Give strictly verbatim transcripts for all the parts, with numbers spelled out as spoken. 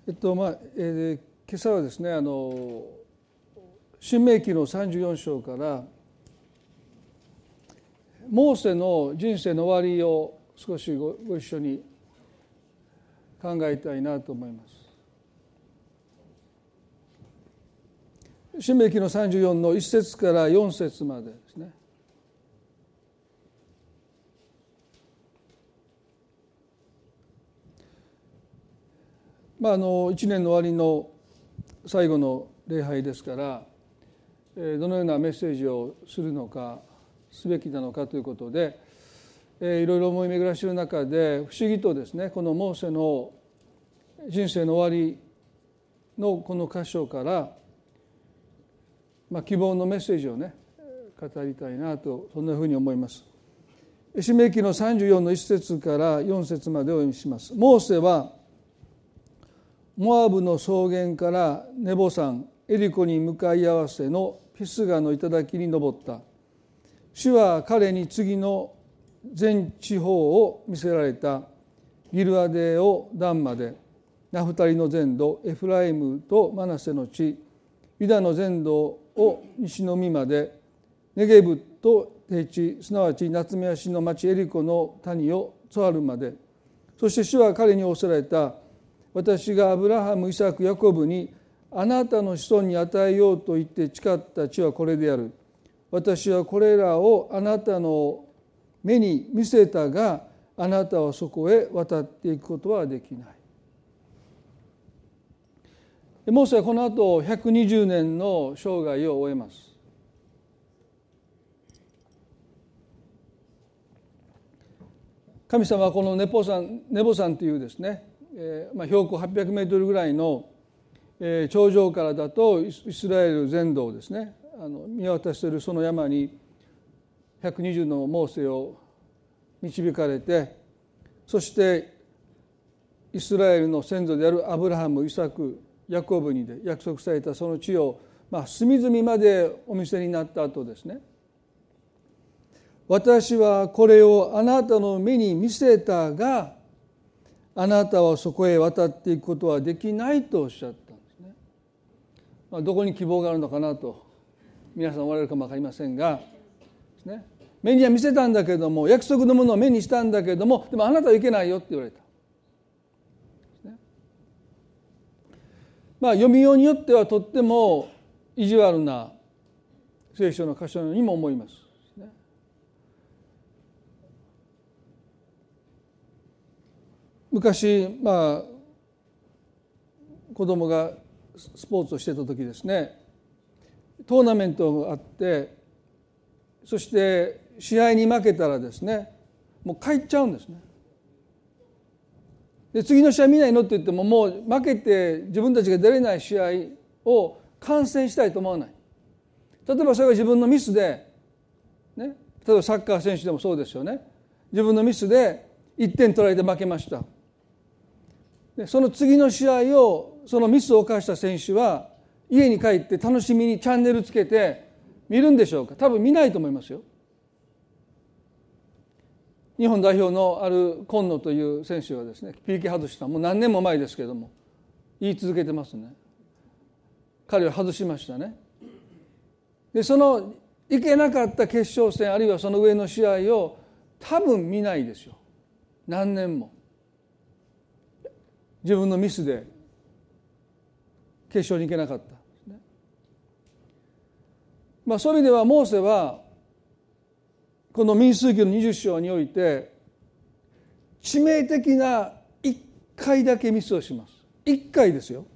えっとまあえー、今朝はですねあの申命記のさんじゅうよん章からモーセの人生の終わりを少し ご, ご一緒に考えたいなと思います。申命記のさんじゅうよんのいっ節からよん節までですね。まあ、あのいちねんの終わりの最後の礼拝ですからどのようなメッセージをするのかすべきなのかということでいろいろ思い巡らしている中で不思議とですねこのモーセの人生の終わりのこの箇所から、まあ、希望のメッセージをね語りたいなとそんなふうに思います。申命記のさんじゅうよんのいっ節からよん節までお読みします。モーセはモアブの草原からネボ山エリコに向かい合わせのピスガの頂に登った。主は彼に次の全地方を見せられた。ギルアデをダンまで、ナフタリの全土、エフライムとマナセの地、ユダの全土を西の海まで、ネゲブと低地、すなわち夏目足の町エリコの谷をツアルまで。そして主は彼に仰せられた。私がアブラハム、イサク、ヤコブにあなたの子孫に与えようと言って誓った地はこれである。私はこれらをあなたの目に見せたが、あなたはそこへ渡っていくことはできない。モーセはこの後ひゃくにじゅうねんの生涯を終えます。神様はこのネポ山、ネボ山というですねえーまあ、標高はっぴゃくメートルぐらいの、えー、頂上からだとイスラエル全土をですねあの見渡しているその山にひゃくにじゅうのモーセを導かれてそしてイスラエルの先祖であるアブラハム、イサク、ヤコブにで約束されたその地を、まあ、隅々までお見せになった後ですね私はこれをあなたの目に見せたがあなたはそこへ渡っていくことはできないとおっしゃったんですね。まあ、どこに希望があるのかなと皆さんおられるかも分かりませんが、ね、目には見せたんだけども約束のものを目にしたんだけどもでもあなたはいけないよって言われた。ね、まあ読みようによってはとっても意地悪な聖書の箇所のようにも思います。昔、まあ、子供がスポーツをしていた時ですねトーナメントがあってそして試合に負けたらですねもう帰っちゃうんですね。で次の試合見ないのって言ってももう負けて自分たちが出れない試合を観戦したいと思わない。例えばそれが自分のミスで、ね、例えばサッカー選手でもそうですよね。自分のミスでいってん取られて負けました。その次の試合をそのミスを犯した選手は家に帰って楽しみにチャンネルつけて見るんでしょうか。多分見ないと思いますよ。日本代表のある今野という選手はですね ピーケー 外したもう何年も前ですけれども言い続けてますね。彼は外しましたね。でそのいけなかった決勝戦あるいはその上の試合を多分見ないですよ。何年も自分のミスで決勝に行けなかった、ね。まあそういう意味ではモーセはこの民数記のにじゅう章において致命的ないっかいだけミスをします。いっかいですよ。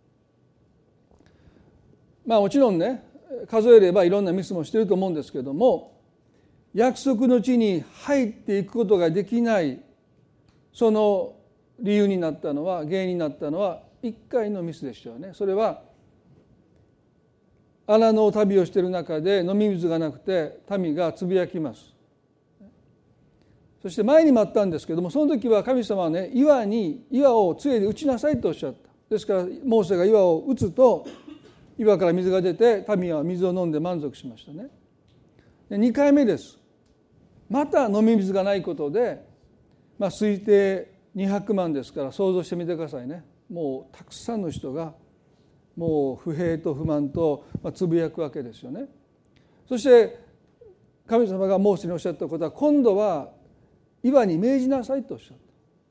まあもちろんね数えればいろんなミスもしていると思うんですけれども約束の地に入っていくことができないその理由になったのは原因になったのはいっかいのミスでしたよね。それは荒野を旅をしている中で飲み水がなくて民がつぶやきます。そして前にもあったんですけどもその時は神様はね岩に岩を杖で打ちなさいとおっしゃった。ですからモーセが岩を打つと岩から水が出て民は水を飲んで満足しましたね。でにかいめです。また飲み水がないことで、まあ、推定にひゃくまんですから想像してみてくださいね。 もうたくさんの人がもう不平と不満とつぶやくわけですよね。そして神様がモーセにおっしゃったことは、今度は岩に命じなさいとおっしゃった。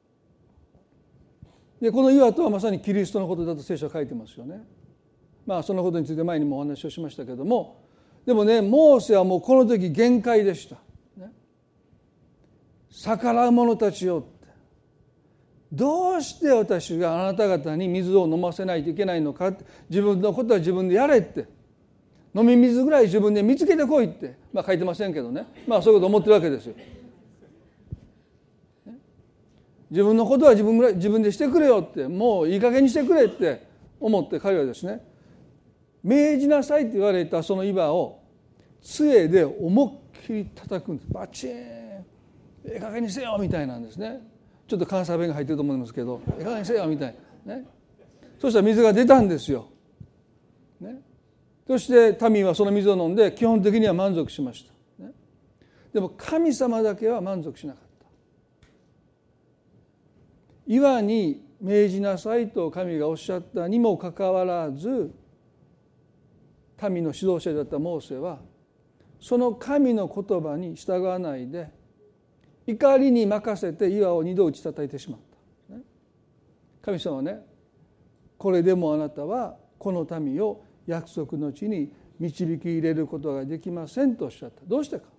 でこの岩とはまさにキリストのことだと聖書は書いてますよね。まあそのことについて前にもお話をしましたけれども、でもね、モーセはもうこの時限界でした、ね、逆らう者たちよって、どうして私があなた方に水を飲ませないといけないのかって、自分のことは自分でやれって、飲み水ぐらい自分で見つけてこいって、まあ書いてませんけどね、まあそういうこと思ってるわけですよ。自分のことは自分ぐらい自分でしてくれよって、もういい加減にしてくれって思って、彼はですね、命じなさいって言われたその岩を杖で思いっきり叩くんです。バチーン、ええ加減にせよみたいなんですね。ちょっと関西弁が入ってると思いますけど、ええ加減にせよみたいなね。そしたら水が出たんですよ、ね、そして民はその水を飲んで基本的には満足しました、ね、でも神様だけは満足しなかった。岩に命じなさいと神がおっしゃったにもかかわらず、民の指導者だったモーセはその神の言葉に従わないで、怒りに任せて岩を二度打ち叩いてしまった、ね、神様はね、これでもあなたはこの民を約束の地に導き入れることができませんとおっしゃった。どうしてか。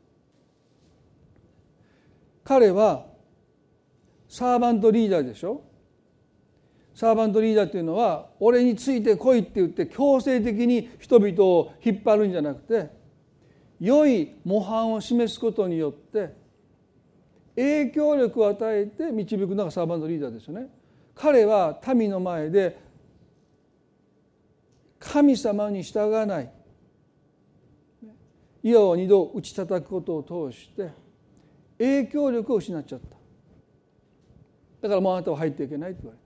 彼はサーバントリーダーでしょ。サーバントリーダーというのは、俺についてこいって言って強制的に人々を引っ張るんじゃなくて、良い模範を示すことによって影響力を与えて導くのがサーバントリーダーですよね。彼は民の前で神様に従わない、岩を二度打ち叩くことを通して影響力を失っちゃった。だからもうあなたは入っていけないと言われ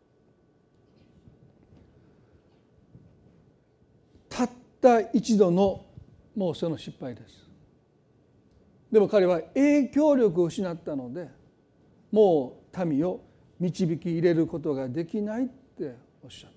た。たった一度のモーセの失敗です。でも彼は影響力を失ったので、もう民を導き入れることができないっておっしゃった。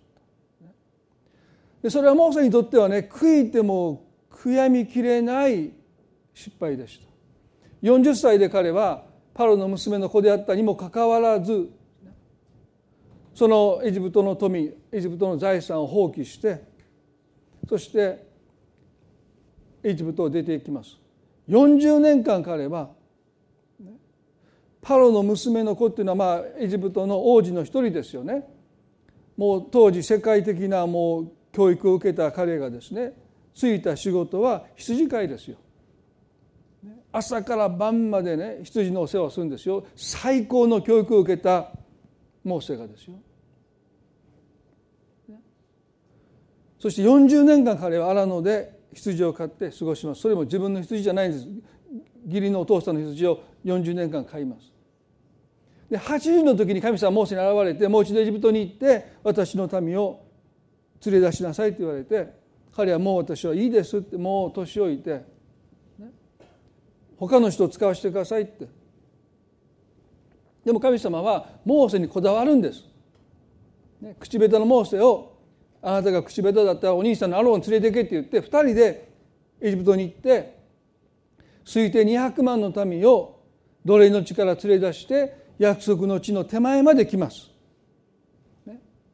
でそれはモーセにとってはね、悔いても悔やみきれない失敗でした。よんじゅっさいで彼はパロの娘の子であったにもかかわらず、そのエジプトの富、エジプトの財産を放棄して、そしてエジプトを出ていきます。よんじゅうねんかん彼はパロの娘の子っていうのは、まあエジプトの王子の一人ですよね。もう当時世界的なもう教育を受けた彼がですね、就いた仕事は羊飼いですよ。朝から晩までね、羊のお世話をするんですよ。最高の教育を受けたモーセがですよ。そしてよんじゅうねんかん彼は荒野で羊を飼って過ごします。それも自分の羊じゃないんです。義理のお父さんの羊をよんじゅうねんかん飼います。ではちじゅうの時に神様はモーセに現れて、もう一度エジプトに行って私の民を連れ出しなさいと言われて、彼はもう私はいいですって、もう年老いて、ね、他の人を使わせてくださいって。でも神様はモーセにこだわるんです、ね、口下手のモーセを、あなたが口下手だったらお兄さんのアロンを連れてけって言って、ふたりでエジプトに行って推定にひゃくまんの民を奴隷の地から連れ出して約束の地の手前まで来ます、ね、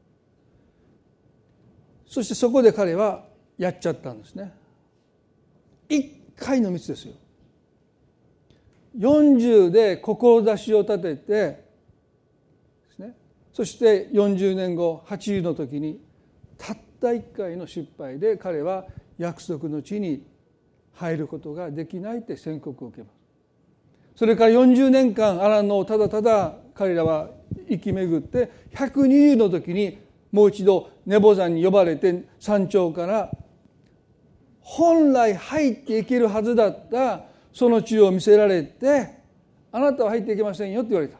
そしてそこで彼はやっちゃったんですね。一回の道ですよ。よんじゅうで志を立ててですね、そしてよんじゅうねんごはちじゅうの時にたった一回の失敗で彼は約束の地に入ることができないって宣告を受けます。それからよんじゅうねんかん荒野をただただ彼らは生き巡って、ひゃくにじゅうの時にもう一度ネボ山に呼ばれて、山頂から本来入っていけるはずだったその地を見せられて、あなたは入っていけませんよって言われた。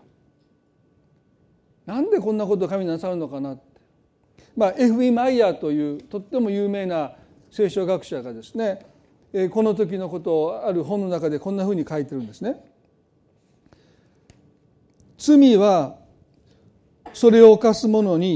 なんでこんなことを神になさるのかなって、まあ、エフ・イ・マイヤーというとっても有名な聖書学者がですね、この時のことをある本の中でこんなふうに書いてるんですね。罪はそれを犯す者に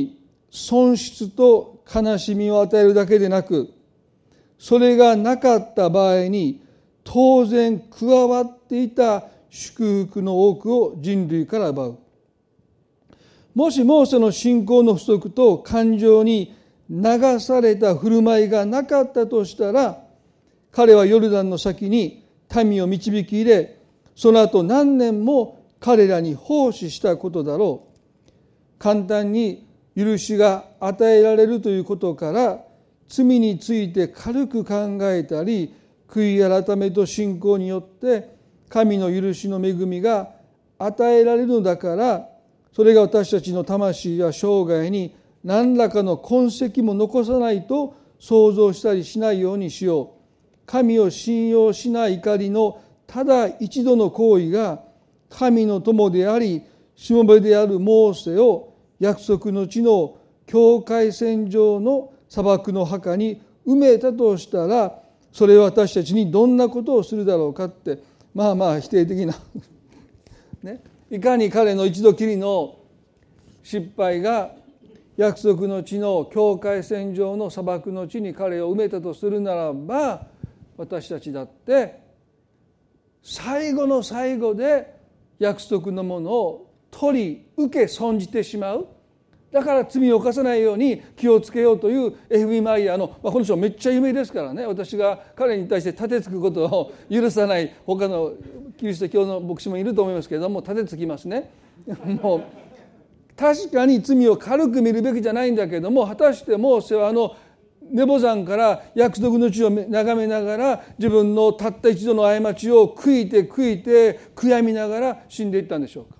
損失と悲しみを与えるだけでなく、それがなかった場合に当然加わっていた祝福の多くを人類から奪う。もしモーセの信仰の不足と感情に流された振る舞いがなかったとしたら、彼はヨルダンの先に民を導き入れ、その後何年も彼らに奉仕したことだろう。簡単に許しが与えられるということから、罪について軽く考えたり、悔い改めと信仰によって神の許しの恵みが与えられるのだから、それが私たちの魂や生涯に何らかの痕跡も残さないと想像したりしないようにしよう。神を信用しない怒りのただ一度の行為が、神の友でありしもべであるモーセを約束の地の境界線上の砂漠の墓に埋めたとしたら、それは私たちにどんなことをするだろうかって、まあまあ否定的なね、いかに彼の一度きりの失敗が約束の地の境界線上の砂漠の地に彼を埋めたとするならば、私たちだって最後の最後で約束のものを取り受け損じてしまう。だから罪を犯さないように気をつけようという エフビー マイヤーの、まあ、この人めっちゃ有名ですからね、私が彼に対して立てつくことを許さない他のキリスト教の牧師もいると思いますけれども、立てつきますね。もう確かに罪を軽く見るべきじゃないんだけども、果たしてモーセはあのネボ山から約束の地を眺めながら、自分のたった一度の過ちを悔いて悔いて悔やみながら死んでいったんでしょうか。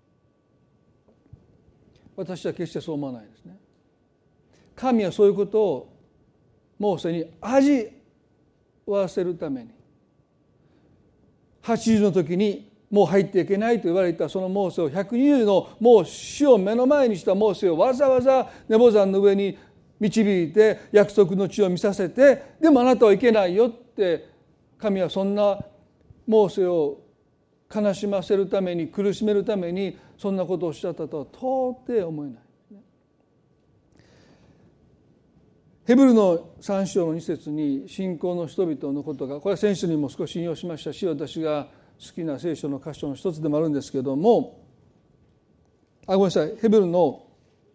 私は決してそう思わないですね。神はそういうことをモーセに味わわせるために、はちじゅうの時にもう入っていけないと言われたそのモーセを、ひゃくにじゅうのもう死を目の前にしたモーセをわざわざネボ山の上に導いて約束の地を見させて、でもあなたはいけないよって、神はそんなモーセを悲しませるために、苦しめるためにそんなことをおっしゃったとは到底思えない。ヘブルのさん章のに節に信仰の人々のことが、これは先週にも少し引用しましたし、私が好きな聖書の箇所の一つでもあるんですけれども、あ、ごめんなさい、ヘブルの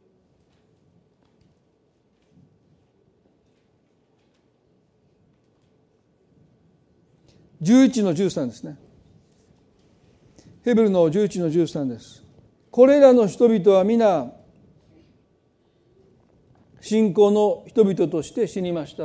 じゅういちのじゅうさんですね。ヘブルのじゅういちのじゅうさんです。これらの人々は皆信仰の人々として死にました。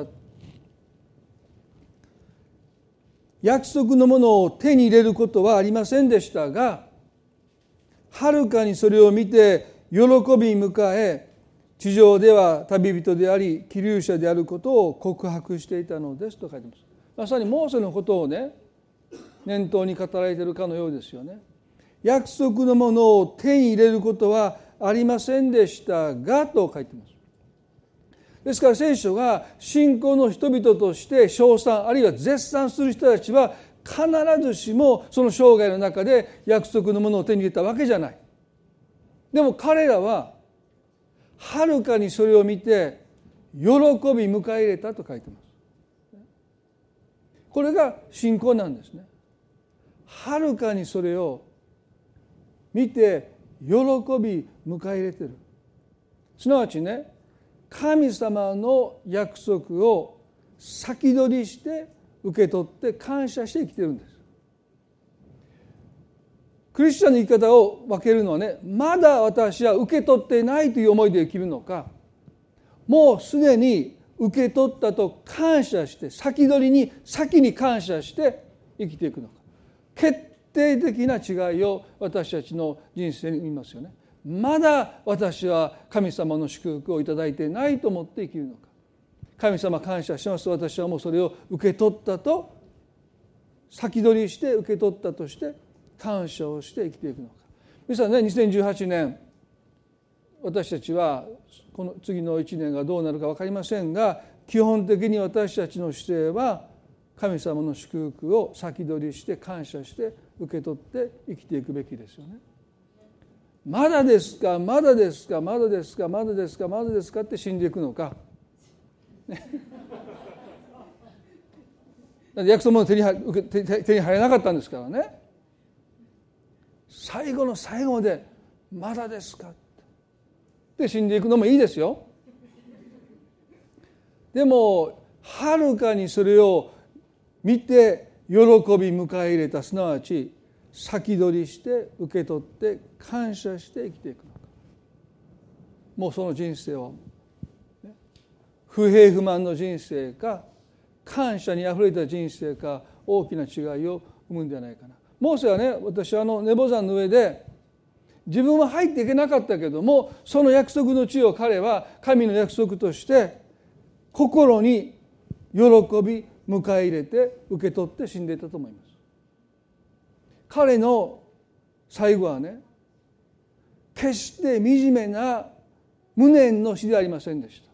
約束のものを手に入れることはありませんでしたが、はるかにそれを見て喜び迎え、地上では旅人であり寄留者であることを告白していたのですと書いてます。まさにモーセのことをね、念頭に語られているかのようですよね。約束のものを手に入れることはありませんでしたがと書いています。ですから聖書が信仰の人々として称賛あるいは絶賛する人たちは、必ずしもその生涯の中で約束のものを手に入れたわけじゃない。でも彼らははるかにそれを見て喜び迎え入れたと書いてます。これが信仰なんですね。はるかにそれを見て喜び迎え入れてる。すなわちね、神様の約束を先取りして受け取って感謝して生きてるんです。クリスチャンの生き方を分けるのはね、まだ私は受け取ってないという思いで生きるのか、もうすでに受け取ったと感謝して、先取りに先に感謝して生きていくのか、決定的な違いを私たちの人生に見ますよね。まだ私は神様の祝福をいただいてないと思って生きるのか、神様感謝します、私はもうそれを受け取ったと先取りして受け取ったとして感謝をして生きていくのか。皆さんね、にせんじゅうはちねん私たちはこの次のいちねんがどうなるか分かりませんが、基本的に私たちの姿勢は神様の祝福を先取りして感謝して受け取って生きていくべきですよね。 まだですかまだですかまだですかまだですかまだですかって死んでいくのか、ね、だって約束も手に入手に入らなかったんですからね。最後の最後までまだですかって死んでいくのもいいですよ。でもはるかにそれを見て喜び迎え入れた、すなわち先取りして受け取って感謝して生きていくのか、もうその人生を、ね、不平不満の人生か感謝にあふれた人生か、大きな違いを生むんじゃないかな。モーセはね、私はあのネボ山の上で自分は入っていけなかったけども、その約束の地を彼は神の約束として心に喜び迎え入れて受け取って死んでいたと思います。彼の最後はね、決して惨めな無念の死ではありませんでした。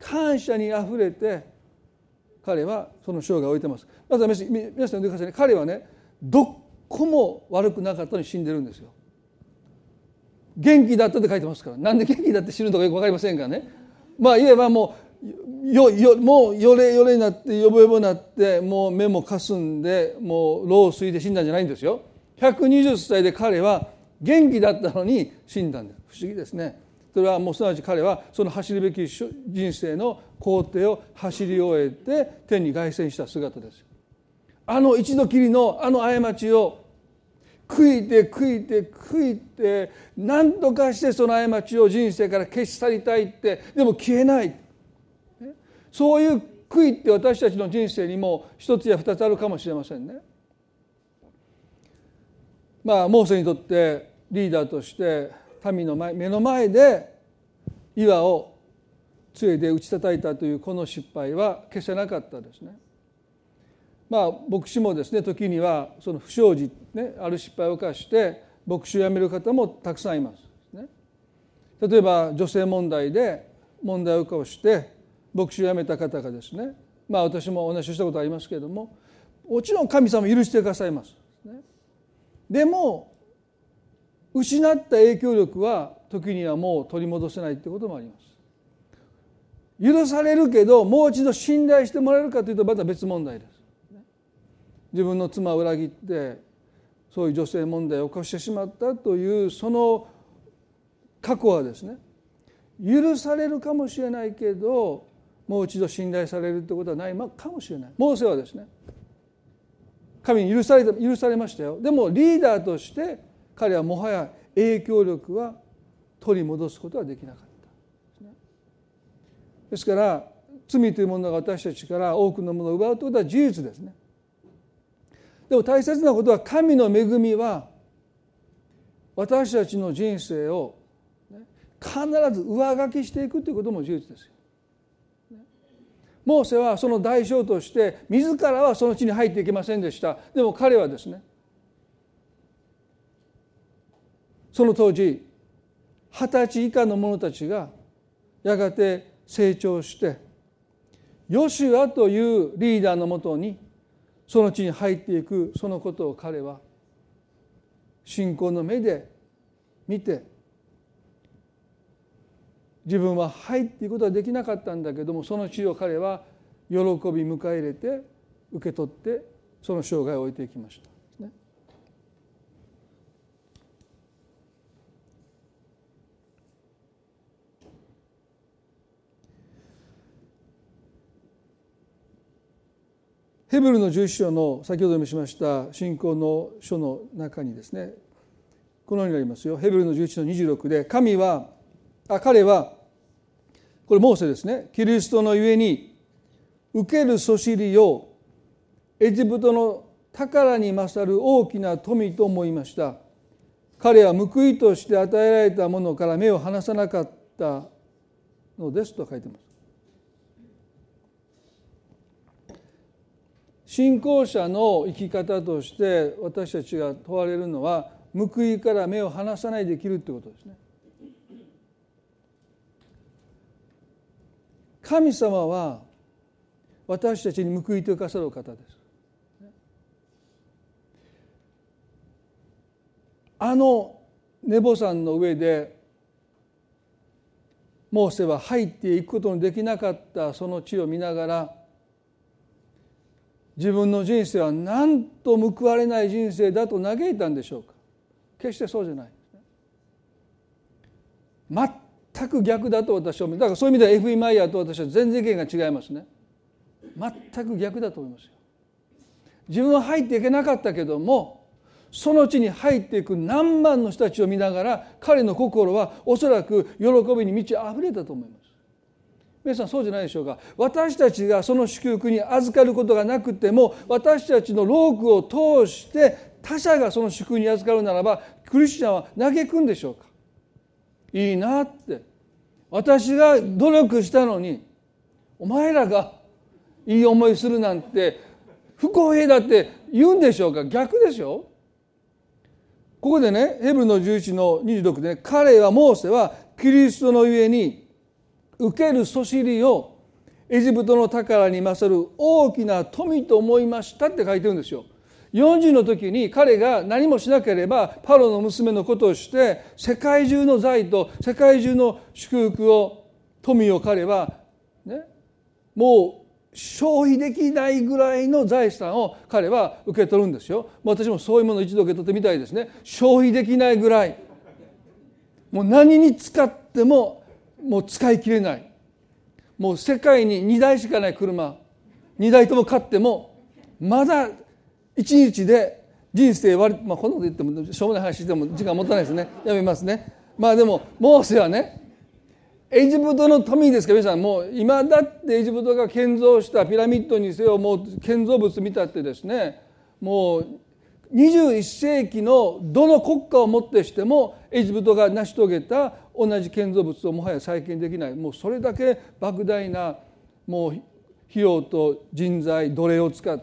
感謝にあふれて彼はその生涯を終えています。まずは皆さん読んでくださいね。彼はね、どっこも悪くなかったのに死んでるんですよ。元気だったって書いてますから。なんで元気だって死ぬのかよく分かりませんがね。まあ言えばもうよよもうよれよれになってよぼよぼになってもう目もかすんでもう老衰で死んだんじゃないんですよ。ひゃくにじゅっさいで彼は元気だったのに死んだんです。不思議ですね。それはもうすなわち彼はその走るべき人生の工程を走り終えて天に凱旋した姿ですよ。あの一度きりのあの過ちを悔いて悔いて悔いて何とかしてその過ちを人生から消し去りたいって、でも消えない、そういう悔いって私たちの人生にも一つや二つあるかもしれませんね。まあモーセにとってリーダーとして民の前目の前で岩を杖で打ち叩いたというこの失敗は消せなかったですね。まあ牧師もですね、時にはその不祥事、ね、ある失敗を犯して牧師を辞める方もたくさんいます、ね、例えば女性問題で問題を起こして牧師を辞めた方がですね、まあ私もお話ししたことありますけれども、もちろん神様許してくださいます、ね、でも失った影響力は時にはもう取り戻せないということもあります。許されるけどもう一度信頼してもらえるかというとまた別問題です。自分の妻を裏切ってそういう女性問題を起こしてしまったというその過去はですね、許されるかもしれないけどもう一度信頼されるということはないかもしれない。モーセはですね、神に許された、許されましたよ。でもリーダーとして彼はもはや影響力は取り戻すことはできなかった。ですから罪というものが私たちから多くのものを奪うということは事実ですね。でも大切なことは、神の恵みは私たちの人生を必ず上書きしていくということも事実ですよ。モーセはその代償として自らはその地に入っていけませんでした。でも彼はですね、その当時二十歳以下の者たちがやがて成長してヨシュアというリーダーのもとにその地に入っていく、そのことを彼は信仰の目で見て、自分は入っていくことはできなかったんだけども、その地を彼は喜び迎え入れて受け取ってその生涯を終えていきました、ね、ヘブルのじゅういち章の先ほど読みしました信仰の書の中にですね、このようになりますよ。ヘブルのじゅういち章にじゅうろくで、神はあ彼はこれモーセですね、キリストのゆえに受けるそしりをエジプトの宝に勝る大きな富と思いました。彼は報いとして与えられたものから目を離さなかったのですと書いています。信仰者の生き方として私たちが問われるのは、報いから目を離さないで生きるということですね。神様は私たちに報いてくださる方です。あのネボ山の上でモーセは入っていくことのできなかったその地を見ながら、自分の人生はなんと報われない人生だと嘆いたんでしょうか。決してそうじゃない。全く逆だと私は思う。だからそういう意味では エフイー マイヤーと私は全然意見が違いますね。全く逆だと思いますよ。自分は入っていけなかったけども、その地に入っていく何万の人たちを見ながら、彼の心はおそらく喜びに満ち溢れたと思います。皆さんそうじゃないでしょうか。私たちがその祝福に預かることがなくても、私たちの労苦を通して他者がその祝福に預かるならば、クリスチャンは嘆くんでしょうか。いいなって、私が努力したのにお前らがいい思いするなんて不公平だって言うんでしょうか。逆でしょ。ここでね、ヘブルのじゅういちのにじゅうろくで、ね、彼はモーセはキリストのゆえに受けるそしりをエジプトの宝に勝る大きな富と思いましたって書いてるんですよ。よんじゅうの時に彼が何もしなければパロの娘のことをして世界中の財と世界中の祝福を富を彼は、ね、もう消費できないぐらいの財産を彼は受け取るんですよ。私もそういうものを一度受け取ってみたいですね。消費できないぐらい、もう何に使ってももう使い切れない、もう世界ににだいしかない車にだいとも買ってもまだいちにちで人生割り、まあこんなこと言ってもしょうもない話しても時間持たないですね。やめますね。まあでもモーセはね、エジプトの富ですから、皆さんもう今だってエジプトが建造したピラミッドにせよ、もう建造物見たってですね、もうにじゅういっ世紀のどの国家をもってしてもエジプトが成し遂げた同じ建造物をもはや再建できない、もうそれだけ莫大なもう費用と人材奴隷を使って、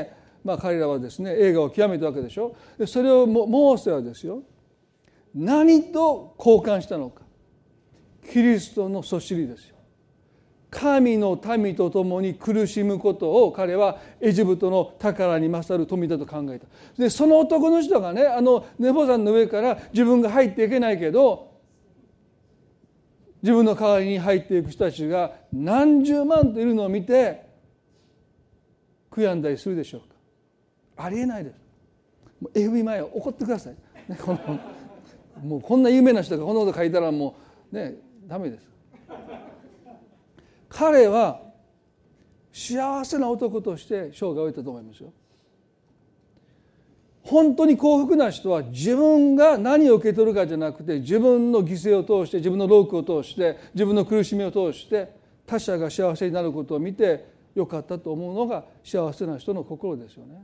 まあ、彼らはですね栄華を極めたわけでしょ。でそれをモーセはですよ、何と交換したのか。キリストのそしりですよ。神の民と共に苦しむことを彼はエジプトの宝に勝る富だと考えた。でその男の人がね、あのネボ山の上から自分が入っていけないけど、自分の代わりに入っていく人たちが何十万といるのを見て悔やんだりするでしょうか。ありえないです。もう エフビー 前は怒ってください、ね、このもうこんな有名な人がこんなこと書いたらもうねダメです。彼は幸せな男として生涯を終えたと思いますよ。本当に幸福な人は自分が何を受け取るかじゃなくて、自分の犠牲を通して、自分の労苦を通して、自分の苦しみを通して他者が幸せになることを見てよかったと思うのが幸せな人の心ですよね。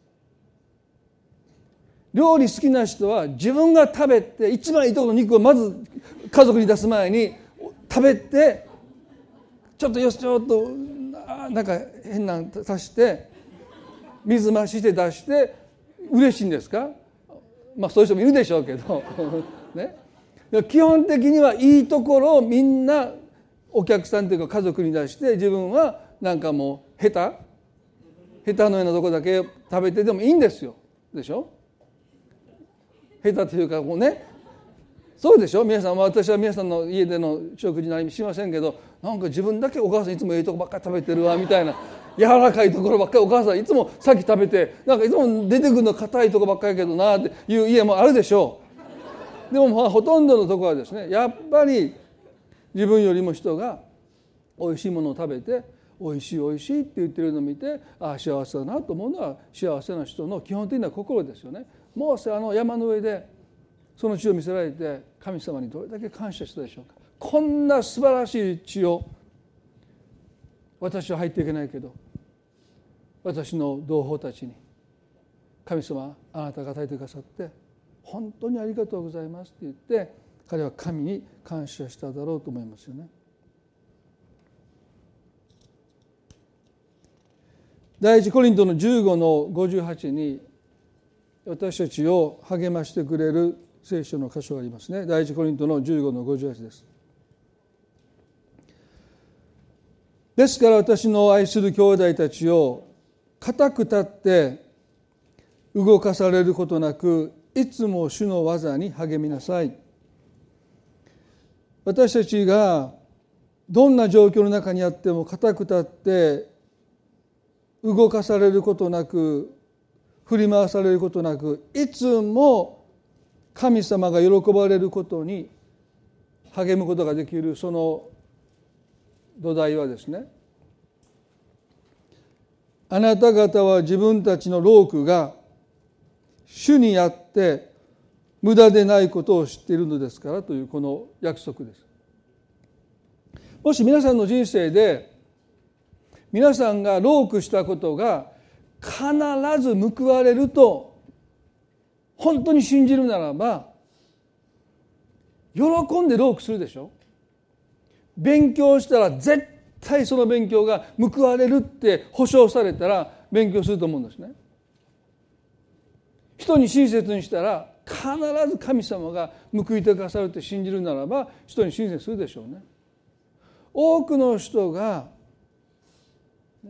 料理好きな人は自分が食べて一番いいところの肉をまず家族に出す前に食べて、ちょっとよしちょっとなんか変なの足して水増しして出して嬉しいんですか。まあそういう人もいるでしょうけどね、基本的にはいいところをみんなお客さんというか家族に出して、自分はなんかもう下手下手のようなところだけ食べてでもいいんですよ。でしょ。下手というかもうね、そうでしょ。皆さん、私は皆さんの家での食事何もしませんけど、なんか自分だけお母さんいつもいいとこばっかり食べてるわみたいな、柔らかいところばっかりお母さんいつも先食べて、なんかいつも出てくるの硬いとこばっかりやけどなっていう家もあるでしょう。でもまあほとんどのところはですね、やっぱり自分よりも人がおいしいものを食べておいしいおいしいって言ってるのを見て、ああ幸せだなと思うのは幸せな人の基本的な心ですよね。モーセあの山の上でその地を見せられて神様にどれだけ感謝したでしょうか。こんな素晴らしい地を私は入っていけないけど、私の同胞たちに神様あなたが与えてくださって本当にありがとうございますって言って彼は神に感謝しただろうと思いますよね。第一コリントのじゅうごのごじゅうはちに私たちを励ましてくれる聖書の箇所がありますね。第一コリントのじゅうごのごじゅうはちです。ですから私の愛する兄弟たちを固く立って動かされることなくいつも主の技に励みなさい。私たちがどんな状況の中にあっても固く立って動かされることなく、振り回されることなく、いつも神様が喜ばれることに励むことができる、その土台はですね、あなた方は自分たちの労苦が主にあって無駄でないことを知っているのですからというこの約束です。もし皆さんの人生で皆さんが労苦したことが必ず報われると本当に信じるならば、喜んで労苦するでしょ。勉強したら絶対その勉強が報われるって保証されたら勉強すると思うんですね。人に親切にしたら必ず神様が報いてくださるって信じるならば人に親切するでしょうね。多くの人が、ね、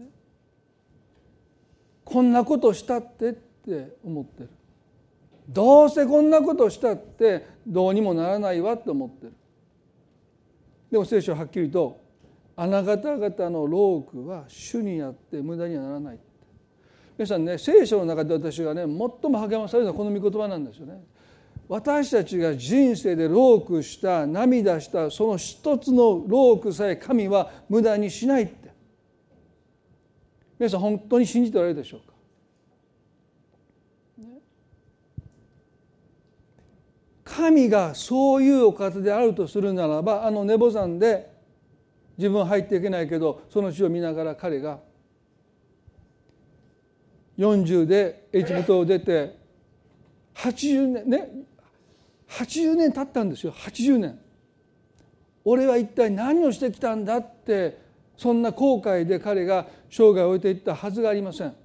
こんなことしたってって思ってる。どうせこんなことしたってどうにもならないわって思ってる。でも聖書ははっきりとあなた方の労苦は主にあって無駄にはならない。皆さんね、聖書の中で私がね最も励まされるのはこの御言葉なんですよね。私たちが人生で労苦した涙したその一つの労苦さえ神は無駄にしないって、皆さん本当に信じておられるでしょうか。神がそういうお方であるとするならば、あのネボ山で自分は入っていけないけどその地を見ながら彼がよんじゅうでエジプトを出てはちじゅうねんねはちじゅうねん経ったんですよ。はちじゅうねん。俺は一体何をしてきたんだって、そんな後悔で彼が生涯を終えていったはずがありません。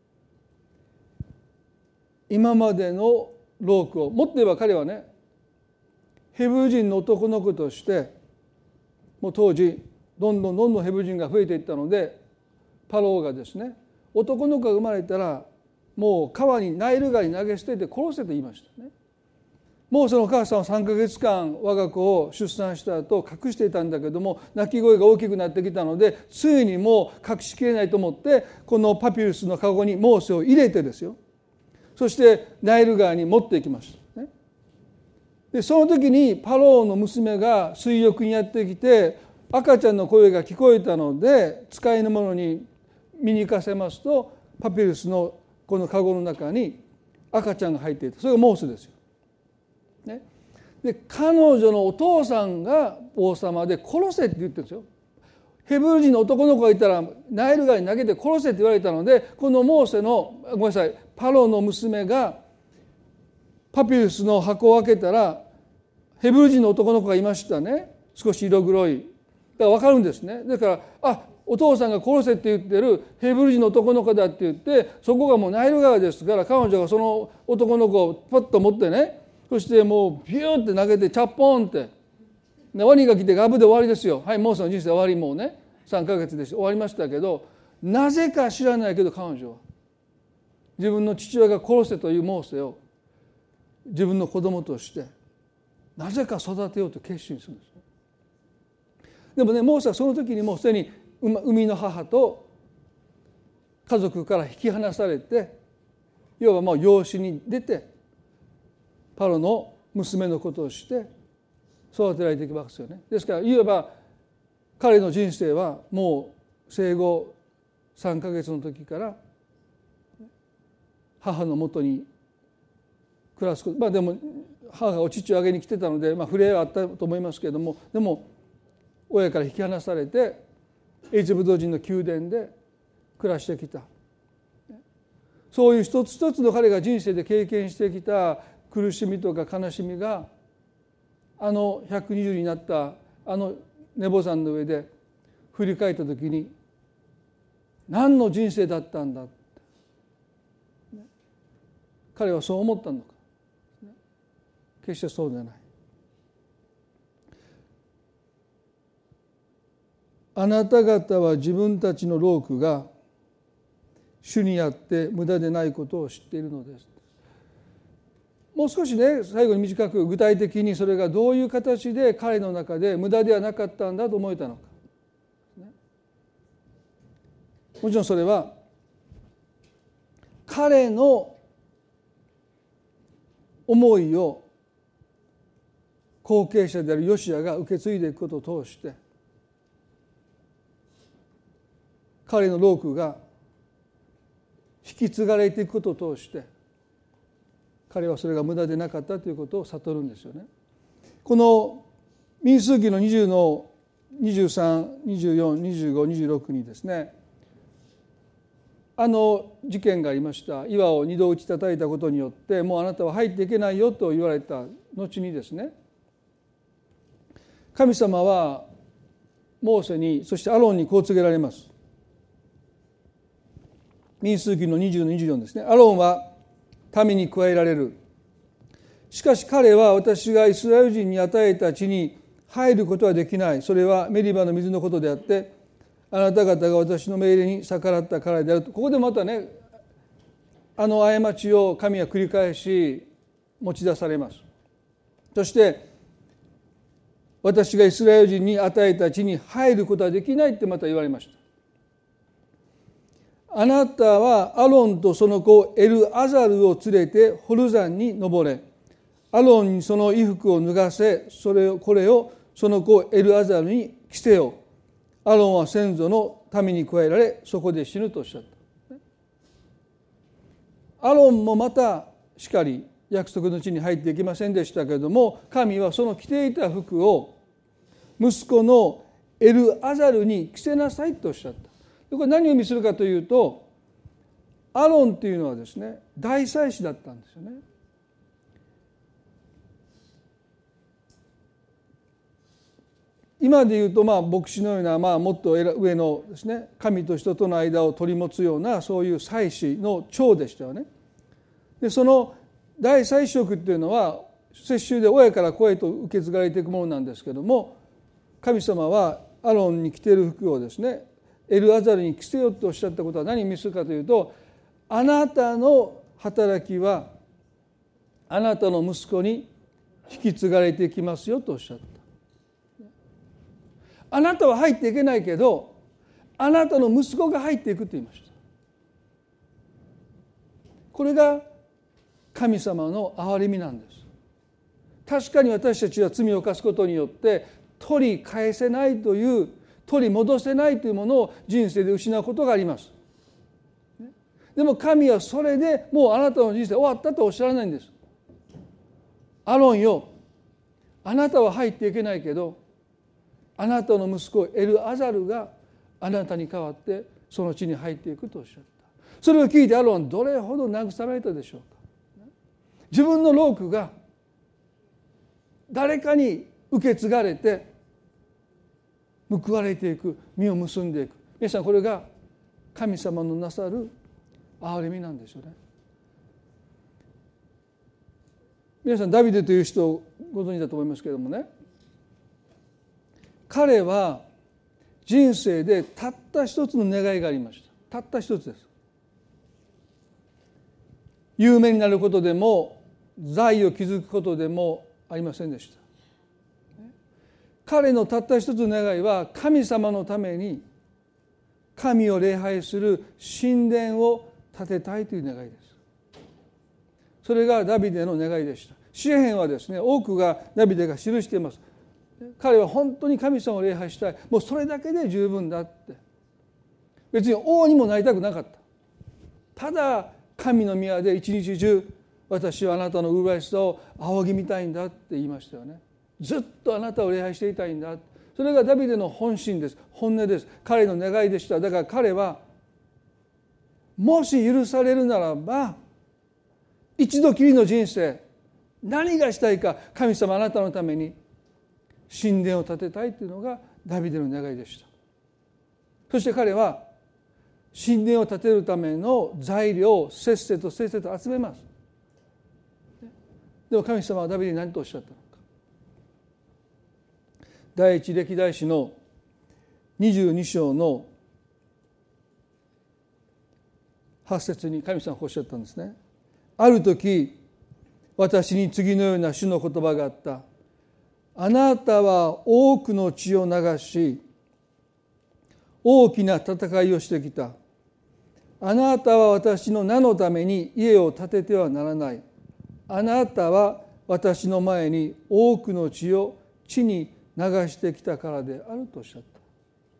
今までの労苦をもっと言えば彼はね、ヘブル人の男の子としてもう当時どんどんどんどんヘブル人が増えていったので、パローがですね、男の子が生まれたらもう川にナイル川に投げ捨てて殺せと言いましたね。もうそのお母さんはさんかげつかん我が子を出産した後隠していたんだけども、泣き声が大きくなってきたのでついにもう隠しきれないと思ってこのパピルスのカゴにモーセを入れてですよ、そしてナイル川に持っていきました。でその時にパローの娘が水浴にやってきて赤ちゃんの声が聞こえたので使いの者に見に行かせますと、パピルスのこのカゴの中に赤ちゃんが入っていた。それがモーセですよ、ね、で彼女のお父さんが王様で殺せって言ってるんですよ。ヘブル人の男の子がいたらナイル川に投げて殺せって言われたので、このモーセのごめんなさいパローの娘がパピルスの箱を開けたらヘブル人の男の子がいましたね。少し色黒い。だから分かるんですね。だからあお父さんが殺せって言ってるヘブル人の男の子だって言って、そこがもうナイル川ですから、彼女がその男の子をパッと持ってね、そしてもうビューって投げてチャッポンってワニが来てガブで終わりですよ。はい、モーセの人生終わり、もうねさんかげつで終わりましたけど、なぜか知らないけど彼女は自分の父親が殺せというモーセを自分の子供としてなぜか育てようと決心するんです。でもね、モーセはその時にもうすでに生みの母と家族から引き離されて、要はもう養子に出てパロの娘のことをして育てられていくわけですよね。ですからいわば彼の人生はもう生後さんかげつの時から母のもとに暮らすこと、まあでも母がお乳をあげに来てたので、まあ、触れはあったと思いますけれども、でも親から引き離されてエジプト人の宮殿で暮らしてきた。そういう一つ一つの彼が人生で経験してきた苦しみとか悲しみが、あのひゃくにじゅうになったあのネボ山の上で振り返った時に何の人生だったんだ、彼はそう思ったのか。決してそうではない。あなた方は自分たちの労苦が主にあって無駄でないことを知っているのです。 もう少しね最後に短く具体的にそれがどういう形で彼の中で無駄ではなかったんだと思えたのか、もちろんそれは彼の思いを後継者であるヨシアが受け継いでいくことを通して彼の労苦が引き継がれていくことを通して彼はそれが無駄でなかったということを悟るんですよね。この民数記のにじゅうのにじゅうさん、にじゅうよん、にじゅうご、にじゅうろくにですね、あの事件がありました。岩を二度打ち叩いたことによってもうあなたは入っていけないよと言われた後にですね、神様はモーセにそしてアロンにこう告げられます。民数記のにじゅうのにじゅうよんですね。アロンは民に加えられる。しかし彼は私がイスラエル人に与えた地に入ることはできない。それはメリバの水のことであってあなた方が私の命令に逆らったからであると。ここでまたねあの過ちを神は繰り返し持ち出されます。そして私がイスラエル人に与えた地に入ることはできないってまた言われました。あなたはアロンとその子エルアザルを連れてホル山に登れ。アロンにその衣服を脱がせ、それをこれをその子エルアザルに着せよ。アロンは先祖の民に加えられ、そこで死ぬとおっしゃった。アロンもまたしかり約束の地に入っていきませんでしたけれども、神はその着ていた服を息子のエルアザルに着せなさいとおっしゃった。これ何を意味するかというと、アロンというのはですね大祭司だったんですよね。今でいうとまあ牧師のようなまあもっと上のですね神と人との間を取り持つようなそういう祭司の長でしたよね。でその大祭司職っていうのは世襲で親から子へと受け継がれていくものなんですけども、神様はアロンに着ている服をですねエルアザルに着せよとおっしゃったことは何を意味するかというと、あなたの働きはあなたの息子に引き継がれていきますよとおっしゃった。あなたは入っていけないけどあなたの息子が入っていくと言いました。これが神様の憐れみなんです。確かに私たちは罪を犯すことによって取り返せないという取り戻せないというものを人生で失うことがあります。でも神はそれでもうあなたの人生終わったとおっしゃらないんです。アロンよ、あなたは入っていけないけどあなたの息子エルアザルがあなたに代わってその地に入っていくとおっしゃった。それを聞いてアロンはどれほど慰められたでしょうか。自分の労苦が誰かに受け継がれて報われていく、実を結んでいく。皆さんこれが神様のなさる憐れみなんですよね。皆さんダビデという人をご存知だと思いますけれどもね、彼は人生でたった一つの願いがありました。たった一つです。有名になることでも財を築くことでもありませんでした。彼のたった一つの願いは神様のために神を礼拝する神殿を建てたいという願いです。それがダビデの願いでした。詩編はですね多くがダビデが記しています。彼は本当に神様を礼拝したい、もうそれだけで十分だって、別に王にもなりたくなかった。ただ神の宮で一日中私はあなたの麗しさを仰ぎ見たいんだって言いましたよね。ずっとあなたを礼拝していたいんだ。それがダビデの本心です。本音です。彼の願いでした。だから彼はもし許されるならば一度きりの人生何がしたいか、神様あなたのために神殿を建てたいというのがダビデの願いでした。そして彼は神殿を建てるための材料をせっせとせっせと集めます。でも神様はダビデに何とおっしゃったのか。第一歴代史のにじゅうに章のはち節に神様はおっしゃったんですね。ある時私に次のような主の言葉があった。あなたは多くの血を流し、大きな戦いをしてきた。あなたは私の名のために家を建ててはならない。あなたは私の前に多くの血を地に流してきたからであるとおっしゃった。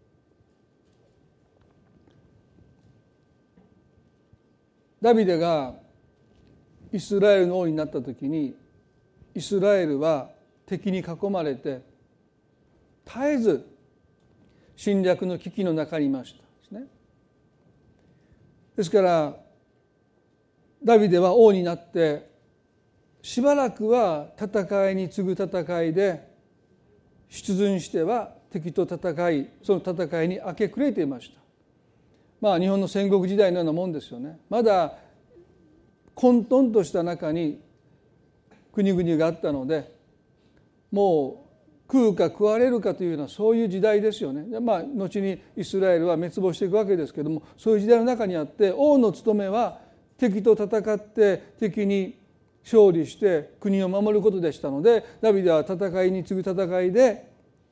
ダビデがイスラエルの王になったときに、イスラエルは敵に囲まれて絶えず侵略の危機の中にいましたですね。ですからダビデは王になってしばらくは戦いに次ぐ戦いで出陣しては敵と戦い、その戦いに明け暮れていました。まあ日本の戦国時代のようなもんですよね。まだ混沌とした中に国々があったので、もう食うか食われるかというようなそういう時代ですよね。まあ後にイスラエルは滅亡していくわけですけれども、そういう時代の中にあって、王の務めは敵と戦って敵に勝利して国を守ることでしたので、ダビデは戦いに次ぐ戦いで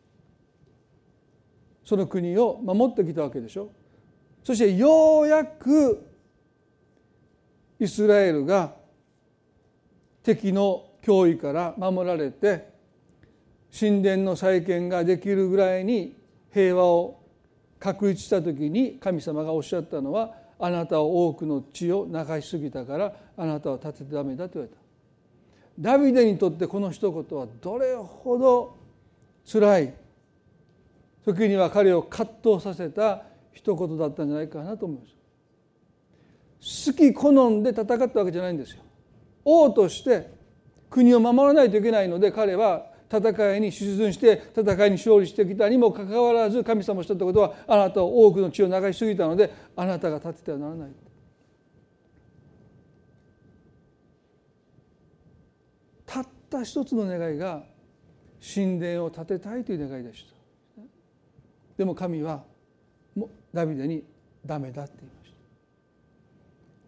その国を守ってきたわけでしょ。そしてようやくイスラエルが敵の脅威から守られて神殿の再建ができるぐらいに平和を確立した時に、神様がおっしゃったのは、あなたは多くの血を流しすぎたからあなたは立ててダメだと言われた。ダビデにとってこの一言はどれほど辛い、時には彼を葛藤させた一言だったんじゃないかなと思います。好き好んで戦ったわけじゃないんですよ。王として国を守らないといけないので、彼は戦いに出陣して戦いに勝利してきたにもかかわらず、神様おっしゃったことは、あなたは多くの血を流しすぎたのであなたが立ててはならない。たった一つの願いが神殿を建てたいという願いでした。でも神はダビデにダメだって言いました。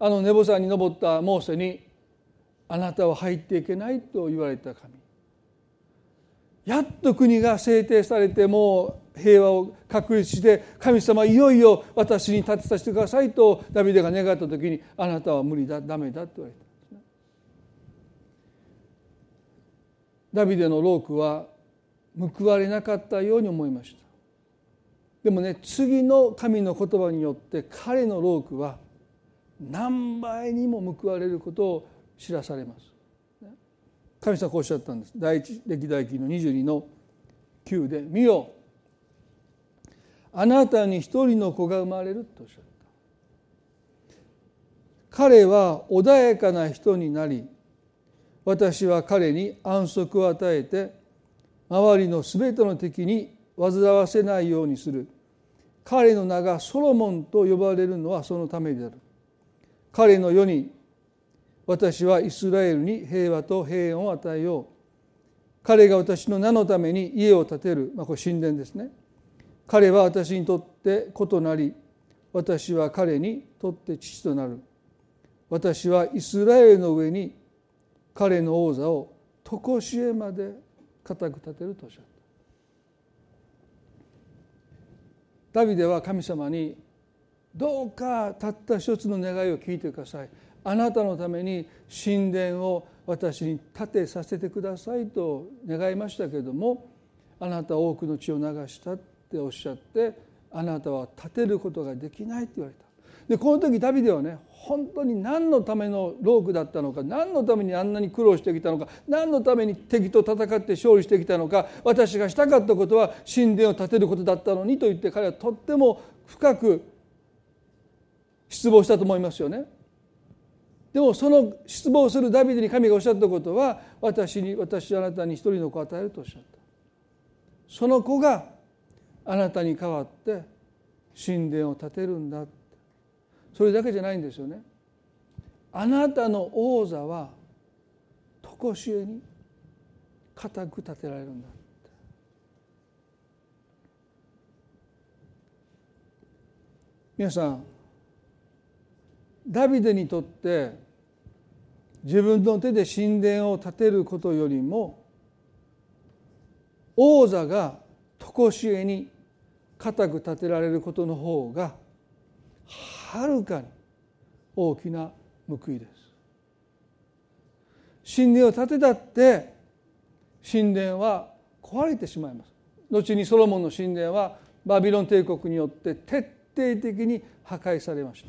あのネボ山に登ったモーセに、あなたは入っていけないと言われた神、やっと国が制定されて、もう平和を確立して、神様いよいよ私に立てさせてくださいとダビデが願ったときに、あなたは無理だ、ダメだと言われたんですね。ダビデの労苦は報われなかったように思いました。でもね、次の神の言葉によって彼の労苦は何倍にも報われることを知らされます。神様はこうおっしゃったんです。第一歴代記のにじゅうにのきゅうで、見よ、あなたに一人の子が生まれるとおっしゃった。彼は穏やかな人になり、私は彼に安息を与えて、周りのすべての敵に煩わせないようにする。彼の名がソロモンと呼ばれるのはそのためである。彼の世に私はイスラエルに平和と平安を与えよう。彼が私の名のために家を建てる、まあ、これ神殿ですね。彼は私にとって子となり、私は彼にとって父となる。私はイスラエルの上に彼の王座を常しえまで固く立てるとおっしゃった。ダビデは神様に、どうかたった一つの願いを聞いてください。あなたのために神殿を私に建てさせてくださいと願いましたけれども、あなたは多くの血を流したっておっしゃって、あなたは建てることができないって言われた。でこの時ダビデはね、本当に何のための労苦だったのか、何のためにあんなに苦労してきたのか、何のために敵と戦って勝利してきたのか、私がしたかったことは神殿を建てることだったのにと言って、彼はとっても深く失望したと思いますよね。でもその失望するダビデに神がおっしゃったことは、私に私はあなたに一人の子を与えるとおっしゃった。その子があなたに代わって神殿を建てるんだ。それだけじゃないんですよね。あなたの王座は常しえに固く建てられるんだ。皆さん、ダビデにとって自分の手で神殿を建てることよりも王座が常しえに固く建てられることの方がはるかに大きな報いです。神殿を建てたって神殿は壊れてしまいます。後にソロモンの神殿はバビロン帝国によって徹底的に破壊されました。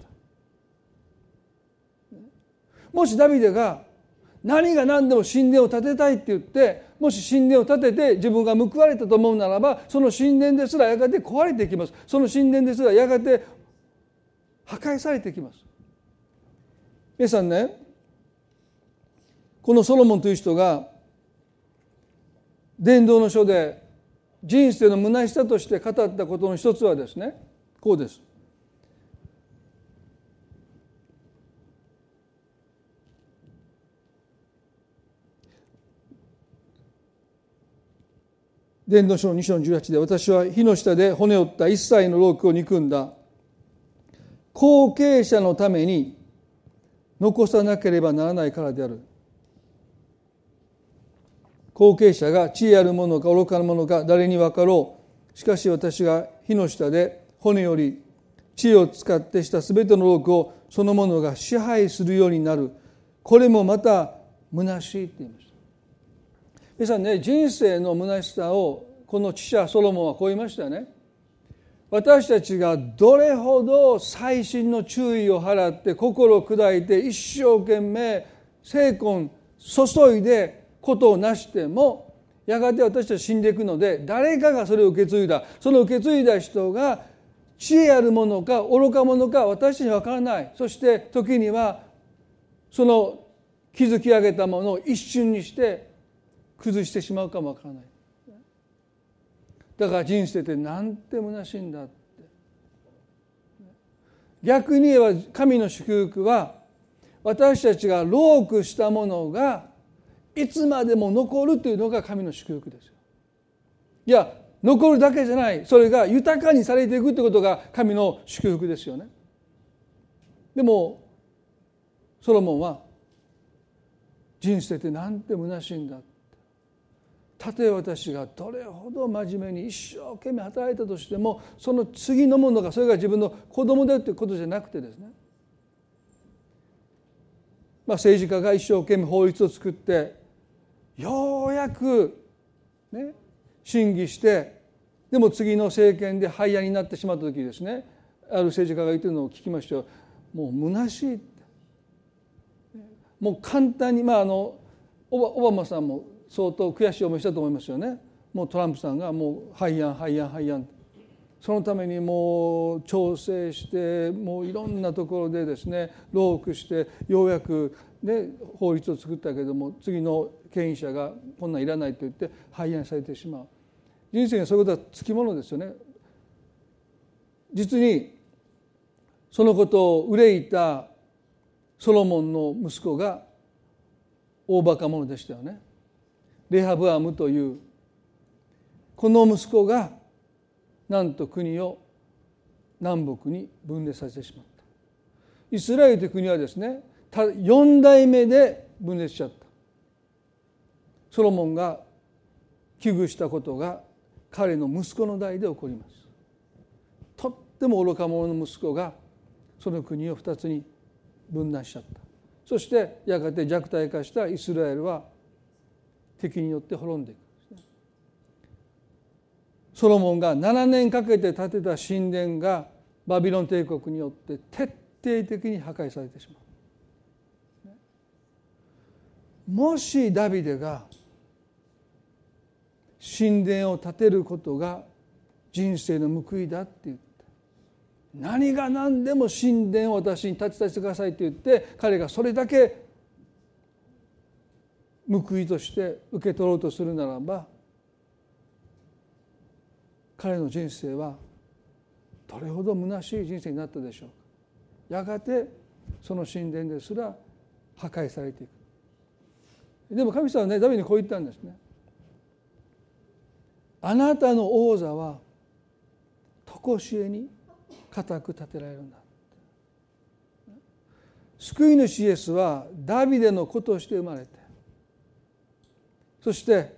もしダビデが何が何でも神殿を建てたいって言って、もし神殿を建てて自分が報われたと思うならば、その神殿ですらやがて壊れていきます。その神殿ですらやがて破壊されていきます。皆さんね、このソロモンという人が伝道の書で人生の虚しさとして語ったことの一つはですね、こうです。伝道書のに章のじゅうはちで、私は火の下で骨折った一切の労苦を憎んだ。後継者のために残さなければならないからである。後継者が知恵あるものか愚かなものか誰に分かろう。しかし私が火の下で骨より知恵を使ってしたすべての労苦をそのものが支配するようになる。これもまた虚しいって言いました。皆さんね、人生の虚しさをこの知者ソロモンはこう言いましたよね。私たちがどれほど細心の注意を払って心を砕いて一生懸命精魂注いでことをなしても、やがて私たち死んでいくので、誰かがそれを受け継いだ、その受け継いだ人が知恵あるものか愚か者か私たちには分からない。そして時にはその築き上げたものを一瞬にして崩してしまうかも分からない。だから人生ってなんて虚しいんだって。逆に言えば神の祝福は、私たちが労苦したものがいつまでも残るというのが神の祝福ですよ。いや、残るだけじゃない、それが豊かにされていくということが神の祝福ですよね。でもソロモンは、人生ってなんて虚しいんだ。たとえ私がどれほど真面目に一生懸命働いたとしても、その次のものがそれが自分の子供だということじゃなくてですね、まあ、政治家が一生懸命法律を作ってようやく、ね、審議して、でも次の政権で廃案になってしまった時ですね、ある政治家が言ってるのを聞きましたよ。もう虚しいって、もう簡単に、まあ、あのオバマさんも相当悔しい思いしたと思いますよね。もうトランプさんがもう廃案廃案廃案、そのためにもう調整して、もういろんなところでですね労苦して、ようやく、ね、法律を作ったけれども、次の権威者がこんなんいらないと言って廃案されてしまう。人生にそういうことはつきものですよね。実にそのことを憂いたソロモンの息子が大バカ者でしたよね。レハブアムというこの息子がなんと国を南北に分裂させてしまった。イスラエルという国はですね、よん代目で分裂しちゃった。ソロモンが危惧したことが彼の息子の代で起こります。とっても愚か者の息子がその国を二つに分断しちゃった。そしてやがて弱体化したイスラエルは敵によって滅んでいく。ソロモンがななねんかけて建てた神殿がバビロン帝国によって徹底的に破壊されてしまう。もしダビデが神殿を建てることが人生の報いだって言って、何が何でも神殿を私に建てさせてくださいって言って、彼がそれだけ報いとして受け取ろうとするならば、彼の人生はどれほど虚しい人生になったでしょうか。やがてその神殿ですら破壊されていく。でも神様はね、ダビデにこう言ったんですね。あなたの王座は常しえに固く立てられるんだ。 救い主イエスはダビデの子として生まれて、そして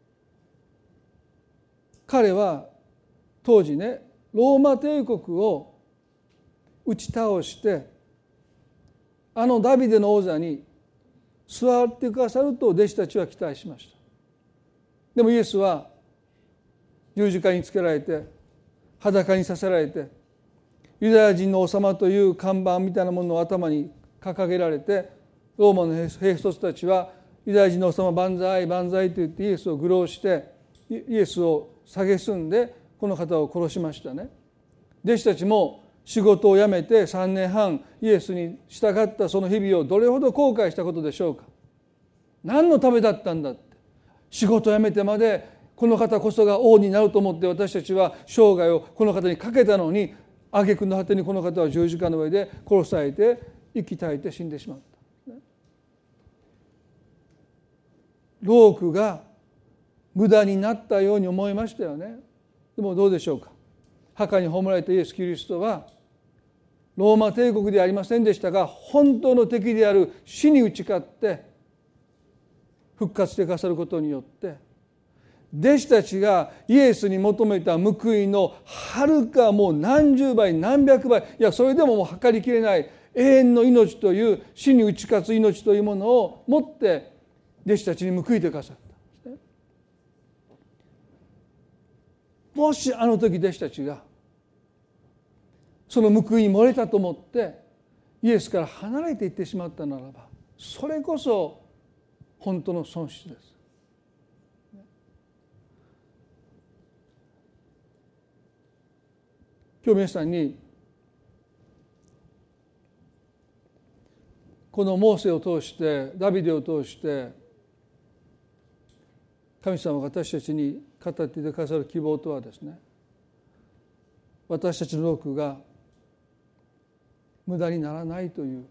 彼は当時ね、ローマ帝国を打ち倒して、あのダビデの王座に座ってくださると弟子たちは期待しました。でもイエスは十字架につけられて、裸にさせられて、ユダヤ人の王様という看板みたいなものを頭に掲げられて、ローマの兵卒たちはユダヤ人の王様万歳万歳と言ってイエスを愚弄して、イエスを蔑んでこの方を殺しましたね。弟子たちも仕事を辞めてさんねんはんイエスに従ったその日々をどれほど後悔したことでしょうか。何のためだったんだって、仕事を辞めてまでこの方こそが王になると思って私たちは生涯をこの方にかけたのに、挙句の果てにこの方は十字架の上で殺されて息絶えて死んでしまった。労苦が無駄になったように思いましたよね。でもどうでしょうか。墓に葬られたイエス・キリストはローマ帝国ではありませんでしたが、本当の敵である死に打ち勝って復活してくださることによって、弟子たちがイエスに求めた報いのはるかもう何十倍何百倍、いやそれでももう測りきれない永遠の命という死に打ち勝つ命というものを持って弟子たちに報いてくださった。もしあの時弟子たちがその報いに漏れたと思ってイエスから離れていってしまったならば、それこそ本当の損失です。今日皆さんにこのモーセを通してダビデを通して神様が私たちに語っていてくださる希望とはですね、私たちの労苦が無駄にならないという、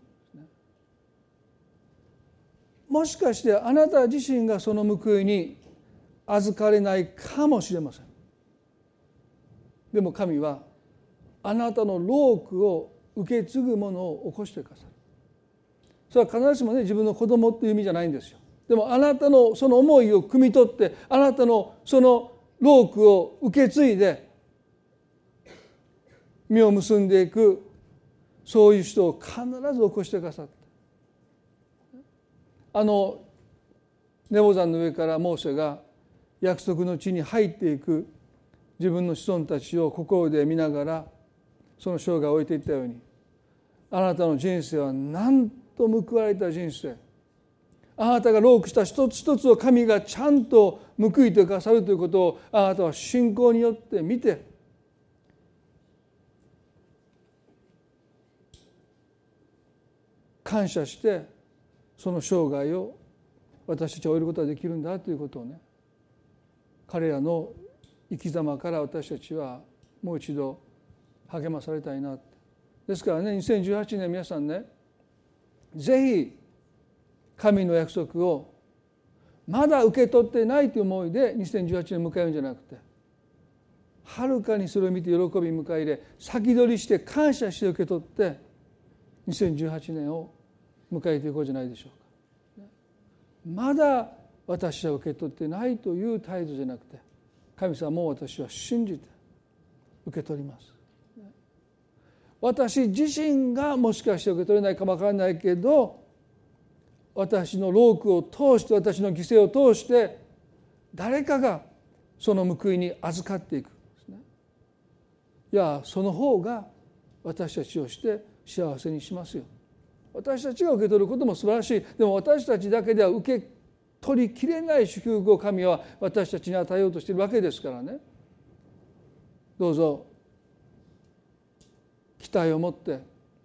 もしかしてあなた自身がその報いに預かれないかもしれません。でも神はあなたの労苦を受け継ぐものを起こしてくださる。それは必ずしもね、自分の子供っていう意味じゃないんですよ。でもあなたのその思いを汲み取って、あなたのその労苦を受け継いで実を結んでいく、そういう人を必ず起こしてくださった。あのネボ山の上からモーセが約束の地に入っていく自分の子孫たちを心で見ながらその生涯を終えていったように、あなたの人生はなんと報われた人生、あなたが労苦した一つ一つを神がちゃんと報いてくださるということをあなたは信仰によって見て、感謝してその生涯を私たちは終えることができるんだということをね、彼らの生き様から私たちはもう一度励まされたいな。ですからね、にせんじゅうはちねん皆さんね、ぜひ神の約束をまだ受け取ってないという思いでにせんじゅうはちねんを迎えるんじゃなくて、はるかにそれを見て喜び迎え入れ、先取りして感謝して受け取ってにせんじゅうはちねんを迎えていこうじゃないでしょうか。まだ私は受け取ってないという態度じゃなくて、神様も私は信じて受け取ります。私自身がもしかして受け取れないかもわからないけど、私の労苦を通して、私の犠牲を通して誰かがその報いに預かっていくんですね。いや、その方が私たちをして幸せにしますよ。私たちが受け取ることも素晴らしい。でも私たちだけでは受け取りきれない祝福を神は私たちに与えようとしているわけですからね。どうぞ期待を持って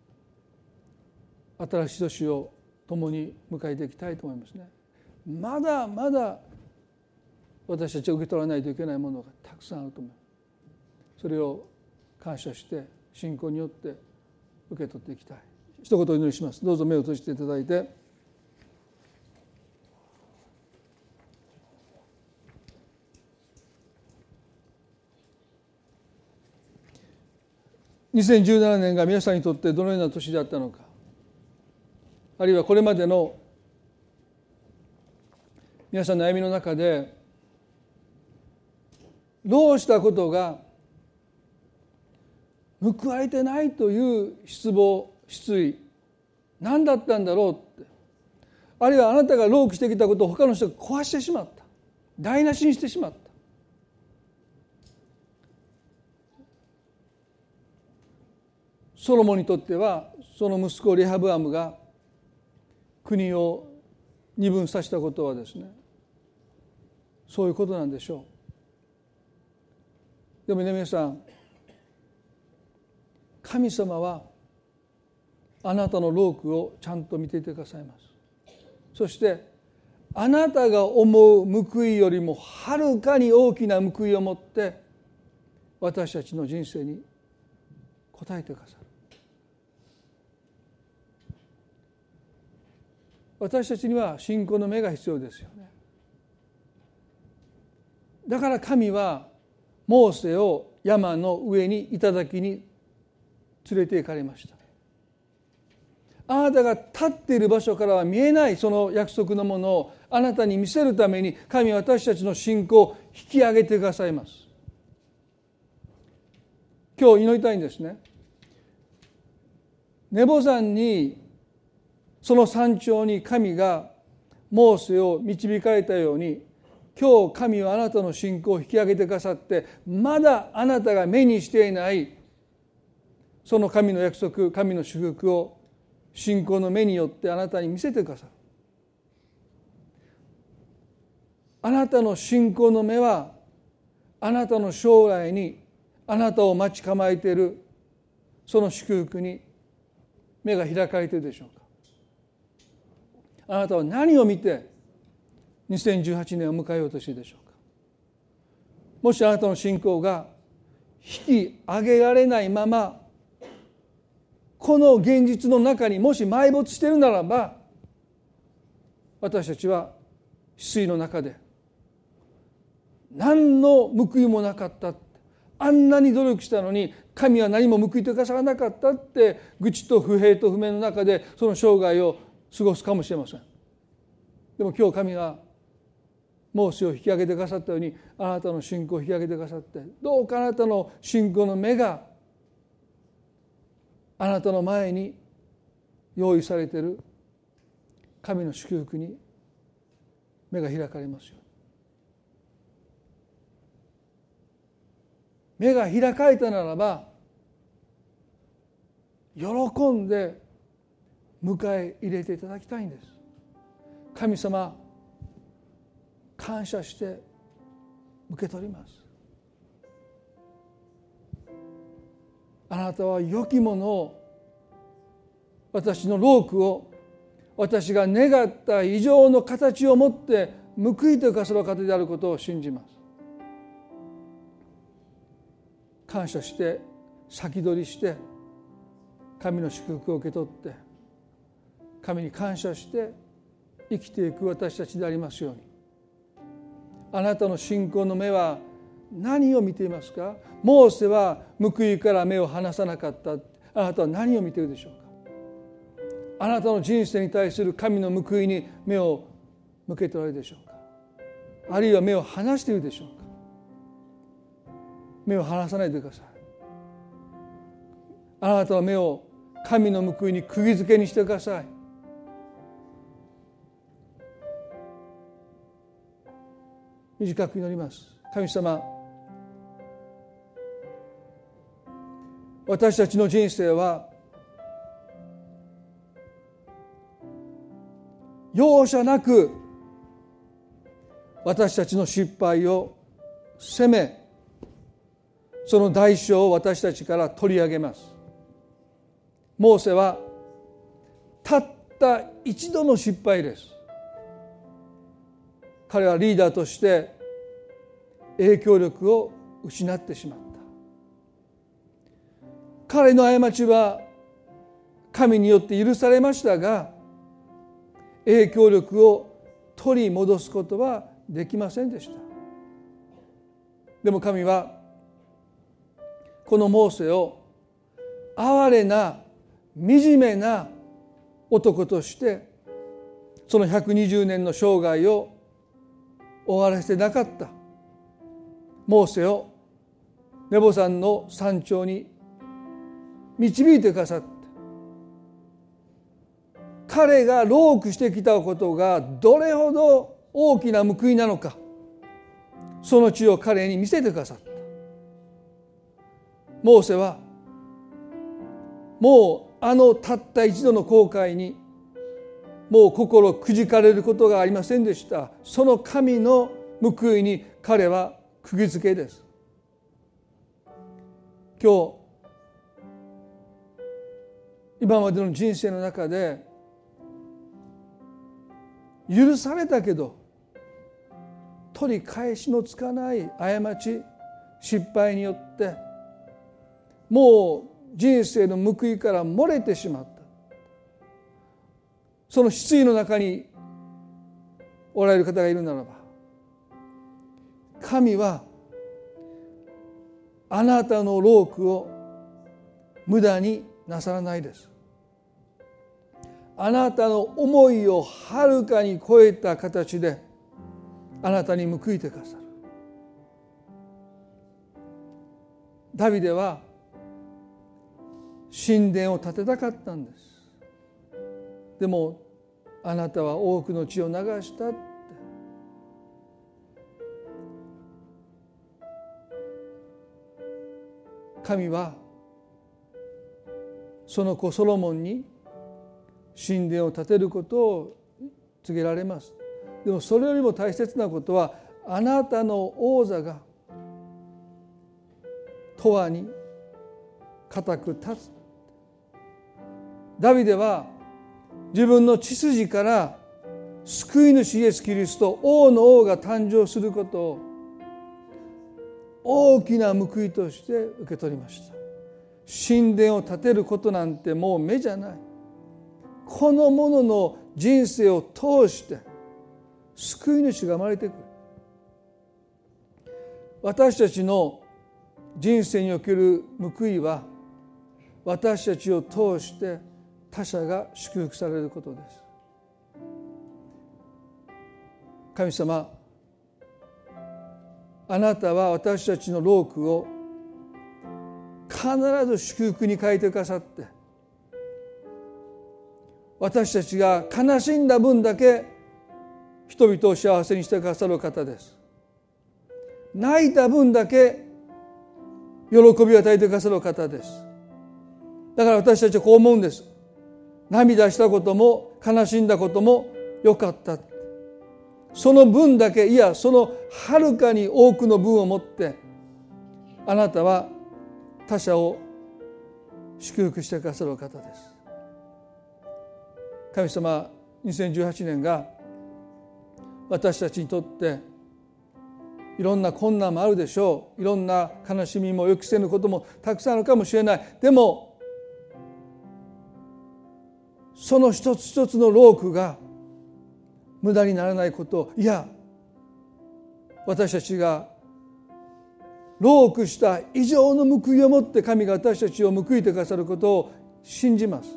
新しい年を共に迎えていきたいと思いますね。まだまだ私たちは受け取らないといけないものがたくさんあると思います。それを感謝して信仰によって受け取っていきたい。一言お祈りします。どうぞ目を閉じていただいて、にせんじゅうななねんが皆さんにとってどのような年であったのか、 あるいはこれまでの皆さんの歩みの中でどうしたことが報われてないという失望失意何だったんだろうって、あるいはあなたが労苦してきたことを他の人が壊してしまった、台無しにしてしまった。ソロモンにとってはその息子レハブアムが国を二分させたことはですね、そういうことなんでしょう。でもね、皆さん、神様はあなたの労苦をちゃんと見ていてくださいます。そしてあなたが思う報いよりもはるかに大きな報いを持って私たちの人生に応えてくださる。私たちには信仰の目が必要ですよね。だから神はモーセを山の上に頂に連れて行かれました。あなたが立っている場所からは見えないその約束のものをあなたに見せるために、神は私たちの信仰を引き上げてくださいます。今日祈りたいんですね。ネボ山に、その山頂に神がモーセを導かれたように、今日神はあなたの信仰を引き上げてくださって、まだあなたが目にしていないその神の約束、神の祝福を信仰の目によってあなたに見せてくださる。あなたの信仰の目はあなたの将来にあなたを待ち構えているその祝福に目が開かれているでしょうか。あなたは何を見てにせんじゅうはちねんを迎えようとしているでしょうか。もしあなたの信仰が引き上げられないままこの現実の中にもし埋没しているならば、私たちは失意の中で何の報いもなかった、あんなに努力したのに神は何も報いてくださらなかったって愚痴と不平と不明の中でその生涯を過ごすかもしれません。でも今日神はモーセを引き上げてくださったように、あなたの信仰を引き上げてくださって、どうかあなたの信仰の目があなたの前に用意されている神の祝福に目が開かれますように。目が開かれたならば喜んで迎え入れていただきたいんです。神様、感謝して受け取ります。あなたは良きものを、私の労苦を私が願った以上の形を持って報いてくださる方であることを信じます。感謝して先取りして神の祝福を受け取って神に感謝して生きていく私たちでありますように。あなたの信仰の目は何を見ていますか。モーセは報いから目を離さなかった。あなたは何を見ているでしょうか。あなたの人生に対する神の報いに目を向けておられるでしょうか。あるいは目を離しているでしょうか。目を離さないでください。あなたは目を神の報いに釘付けにしてください。短く祈ります。神様、私たちの人生は容赦なく私たちの失敗を責め、その代償を私たちから取り上げます。モーセはたった一度の失敗です。彼はリーダーとして影響力を失ってしまった。彼の過ちは神によって許されましたが、影響力を取り戻すことはできませんでした。でも神はこのモーセを哀れな惨めな男としてそのひゃくにじゅうねんの生涯を終わらせてなかったモーセをネボ山の山頂に導いてくださって、彼が労苦してきたことがどれほど大きな報いなのか、その地を彼に見せてくださった。モーセはもうあのたった一度の航海にもう心くじかれることがありませんでした。その神の報いに彼は釘付けです。今日今までの人生の中で許されたけど取り返しのつかない過ち失敗によってもう人生の報いから漏れてしまった、その失意の中におられる方がいるならば、神はあなたの労苦を無駄になさらないです。あなたの思いをはるかに超えた形であなたに報いてくださる。ダビデは神殿を建てたかったんです。でもあなたは多くの血を流したって、神はその子ソロモンに神殿を建てることを告げられます。でもそれよりも大切なことは、あなたの王座が永遠に固く立つ。ダビデは自分の血筋から救い主イエス・キリスト、王の王が誕生することを大きな報いとして受け取りました。神殿を建てることなんてもう目じゃない。このものの人生を通して救い主が生まれてくる。私たちの人生における報いは、私たちを通して他者が祝福されることです。神様、あなたは私たちの労苦を必ず祝福に変えてくださって、私たちが悲しんだ分だけ人々を幸せにしてくださる方です。泣いた分だけ喜びを与えてくださる方です。だから私たちはこう思うんです。涙したことも悲しんだこともよかった。その分だけ、いやそのはるかに多くの分を持ってあなたは他者を祝福してくださる方です。神様、にせんじゅうはちねんが私たちにとっていろんな困難もあるでしょう。いろんな悲しみも予期せぬこともたくさんあるかもしれない。でもその一つ一つの労苦が無駄にならないこと、いや私たちが労苦した以上の報いをもって神が私たちを報いてくださることを信じます。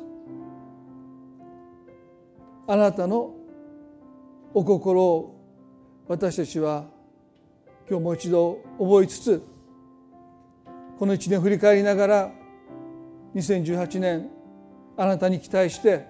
あなたのお心を私たちは今日もう一度覚えつつ、この一年振り返りながらにせんじゅうはちねんあなたに期待して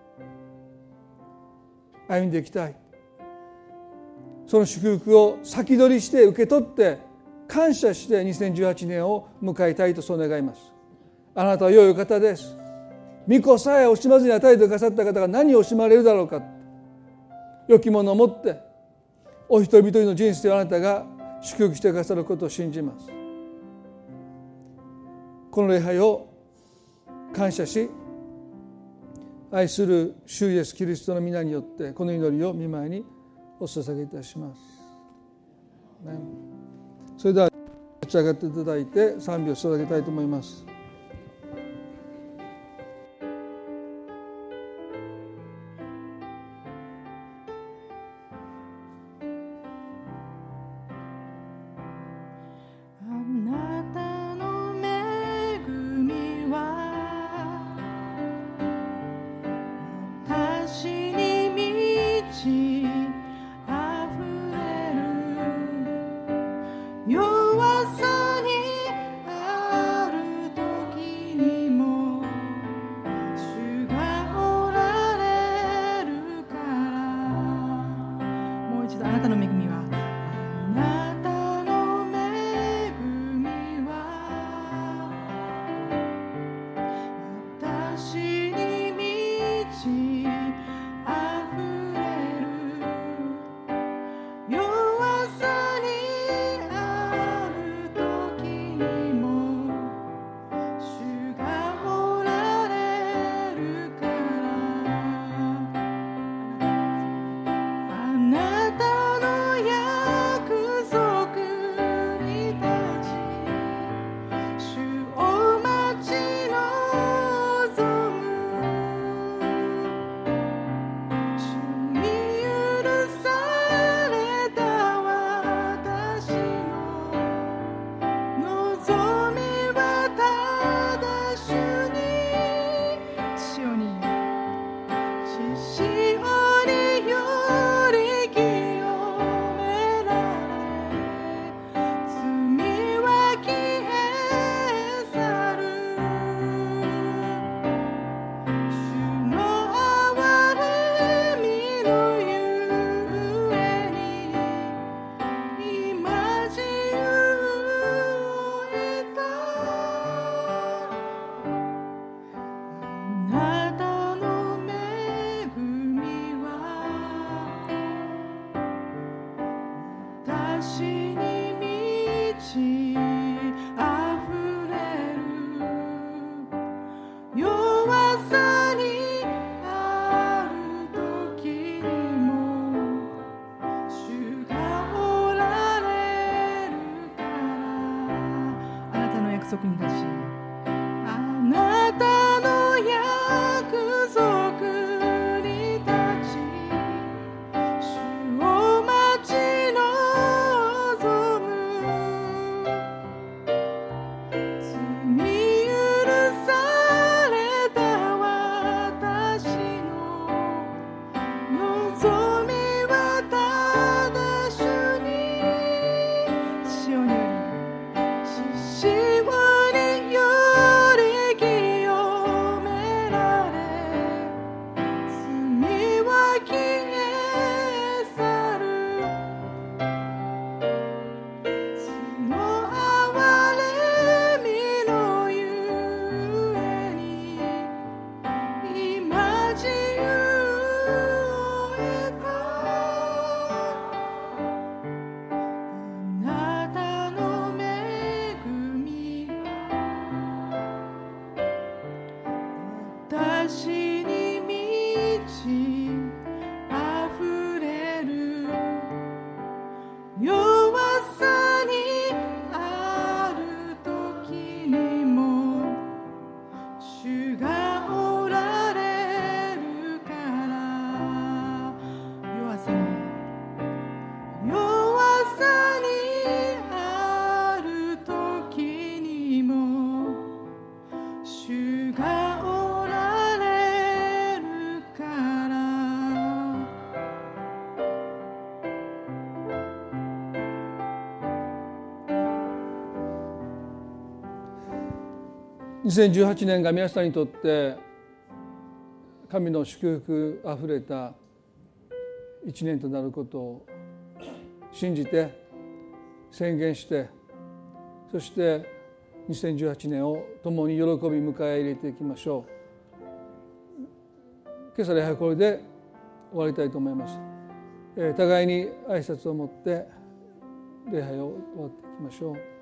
歩んでいきたい。その祝福を先取りして受け取って感謝してにせんじゅうはちねんを迎えたいとそう願います。あなたは良いお方です。御子さえ惜しまずに与えてくださった方が何を惜しまれるだろうか。良きものを持ってお一人一人の人生をあなたが祝福してくださることを信じます。この礼拝を感謝し、愛する主イエスキリストの皆によってこの祈りを御前にお捧げいたします。それでは立ち上がっていただいて賛美を捧げたいと思います。 「 にせんじゅうはちねんが皆さんにとって神の祝福あふれた一年となることを信じて宣言して、そしてにせんじゅうはちねんを共に喜び迎え入れていきましょう。今朝礼拝これで終わりたいと思います。えー、互いに挨拶を持って礼拝を終わっていきましょう。